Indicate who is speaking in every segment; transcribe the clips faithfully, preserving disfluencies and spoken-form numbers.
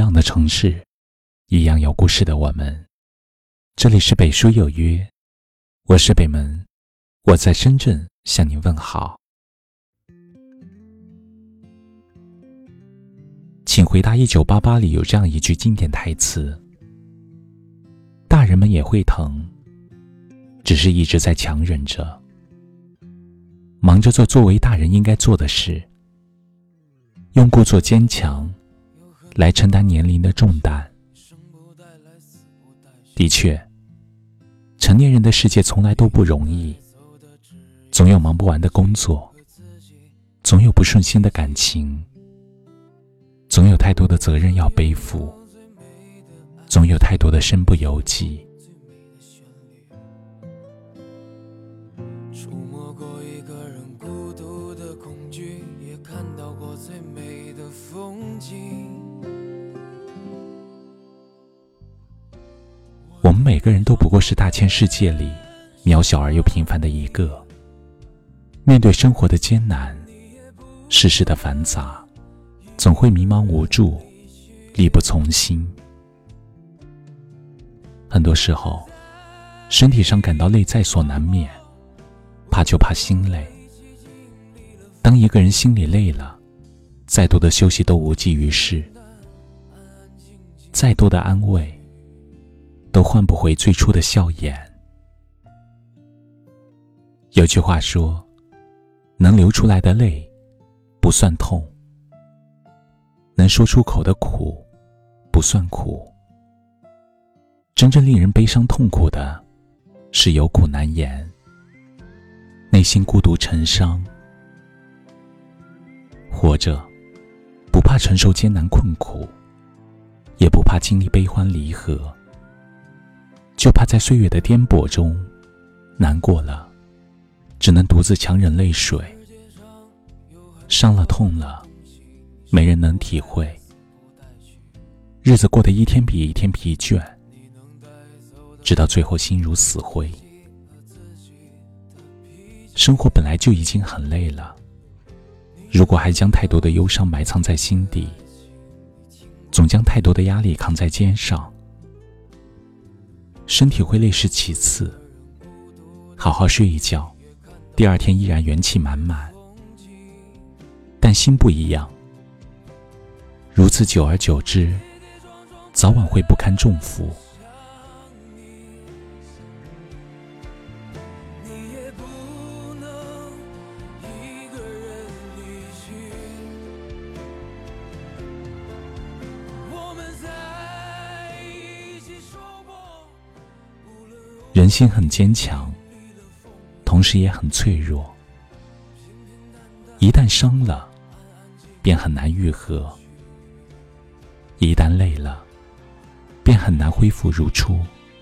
Speaker 1: 样的城市，一样有故事的我们。这里是北书有约，我是北门，我在深圳向您问好。请回答一九八八里有这样一句经典台词：大人们也会疼，只是一直在强忍着，忙着做作为大人应该做的事，用故作坚强来承担年龄的重担。的确，成年人的世界从来都不容易，总有忙不完的工作，总有不顺心的感情，总有太多的责任要背负，总有太多的身不由己。
Speaker 2: 触摸过一个人孤独的恐惧，也看到过最美的风景。
Speaker 1: 我们每个人都不过是大千世界里渺小而又平凡的一个，面对生活的艰难，世事的繁杂，总会迷茫无助，力不从心。很多时候，身体上感到累在所难免，怕就怕心累。当一个人心里累了，再多的休息都无济于事，再多的安慰都换不回最初的笑颜。有句话说，能流出来的泪不算痛，能说出口的苦不算苦。真正令人悲伤痛苦的是有苦难言，内心孤独成伤。活着不怕承受艰难困苦，也不怕经历悲欢离合，就怕在岁月的颠簸中，难过了只能独自强忍泪水，伤了痛了没人能体会，日子过得一天比一天疲倦，直到最后心如死灰。生活本来就已经很累了，如果还将太多的忧伤埋藏在心底，总将太多的压力扛在肩上，身体会累是其次，好好睡一觉，第二天依然元气满满。但心不一样，如此久而久之，早晚会不堪重负。人心很坚强，同时也很脆弱，一旦伤了便很难愈合，一旦累了便很难恢复如初。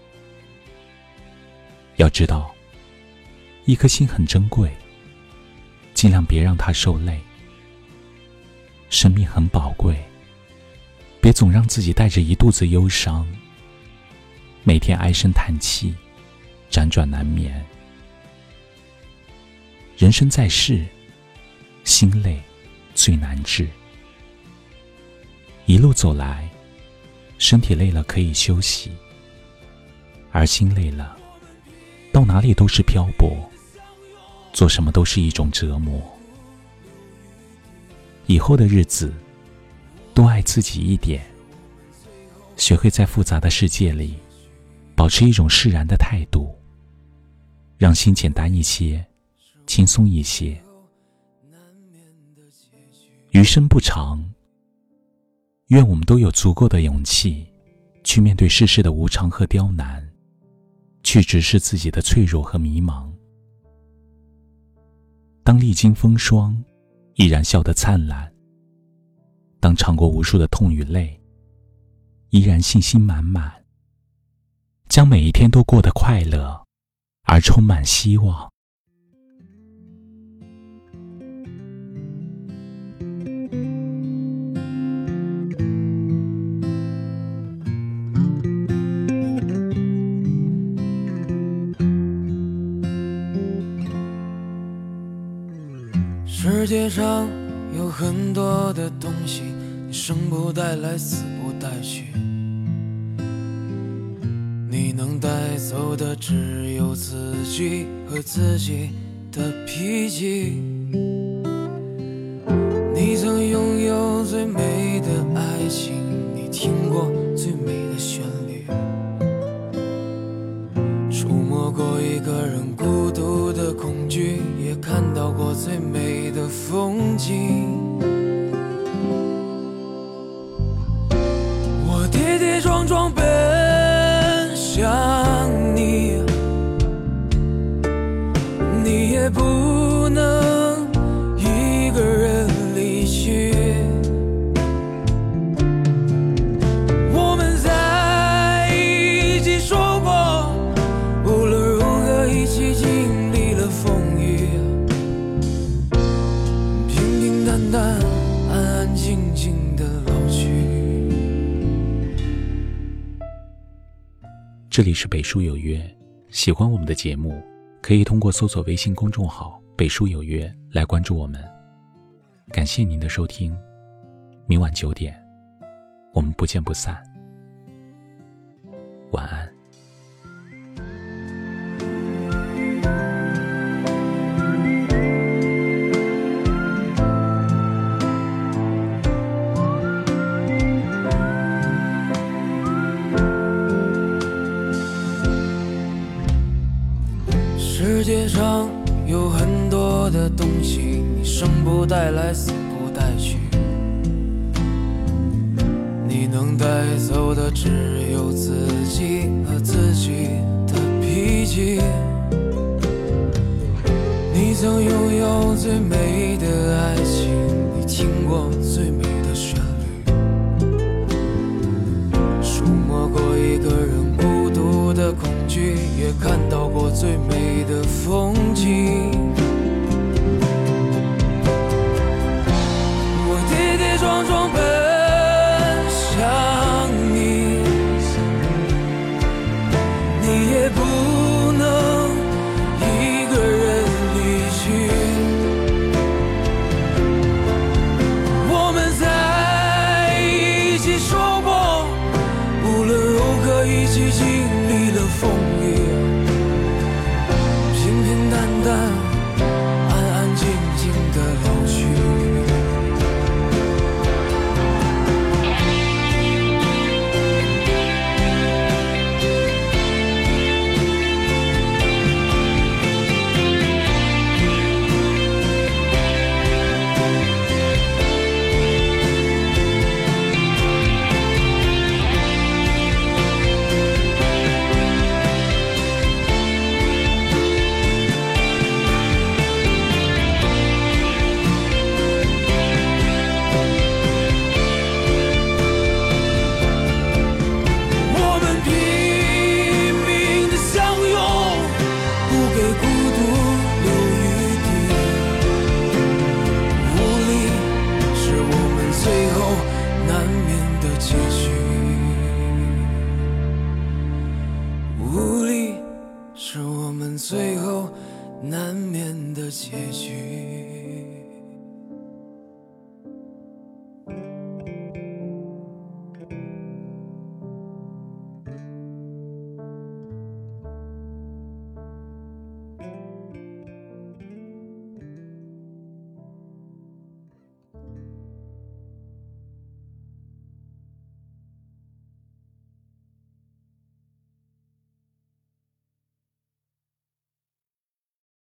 Speaker 1: 要知道，一颗心很珍贵，尽量别让它受累。生命很宝贵，别总让自己带着一肚子忧伤，每天唉声叹气，辗转难眠。人生在世，心累最难治。一路走来，身体累了可以休息，而心累了，到哪里都是漂泊，做什么都是一种折磨。以后的日子，多爱自己一点，学会在复杂的世界里保持一种释然的态度，让心简单一些，轻松一些。余生不长，愿我们都有足够的勇气去面对世事的无常和刁难，去直视自己的脆弱和迷茫。当历经风霜，依然笑得灿烂；当尝过无数的痛与泪，依然信心满满。将每一天都过得快乐，而充满希望。
Speaker 2: 世界上有很多的东西，你生不带来，死不带去。你能带走的只有自己和自己的脾气。你曾拥有最美的爱情，你听过最美的旋律，触摸过一个人孤独的恐惧，也看到过最美的风景。我跌跌撞撞奔向你，你也不能一个人离去。我们在一起说过，无论如何一起经历了风雨，平平淡淡，安安静静的老去。
Speaker 1: 这里是北书有约，喜欢我们的节目，可以通过搜索微信公众号北书有约来关注我们。感谢您的收听，明晚九点，我们不见不散。晚安。
Speaker 2: 世界上有很多的东西，你生不带来，死不带去。你能带走的只有自己和自己的脾气。你曾拥有最美的爱情，你听过最美的旋律，触摸过一个人孤独的恐惧，也看到过最美的风景。我跌跌撞撞奔向你，你也不能一个人离去。我们在一起说过，无论如何一起经历了风雨，平平淡淡，安安静静的老去。无力是我们最后难免的结局。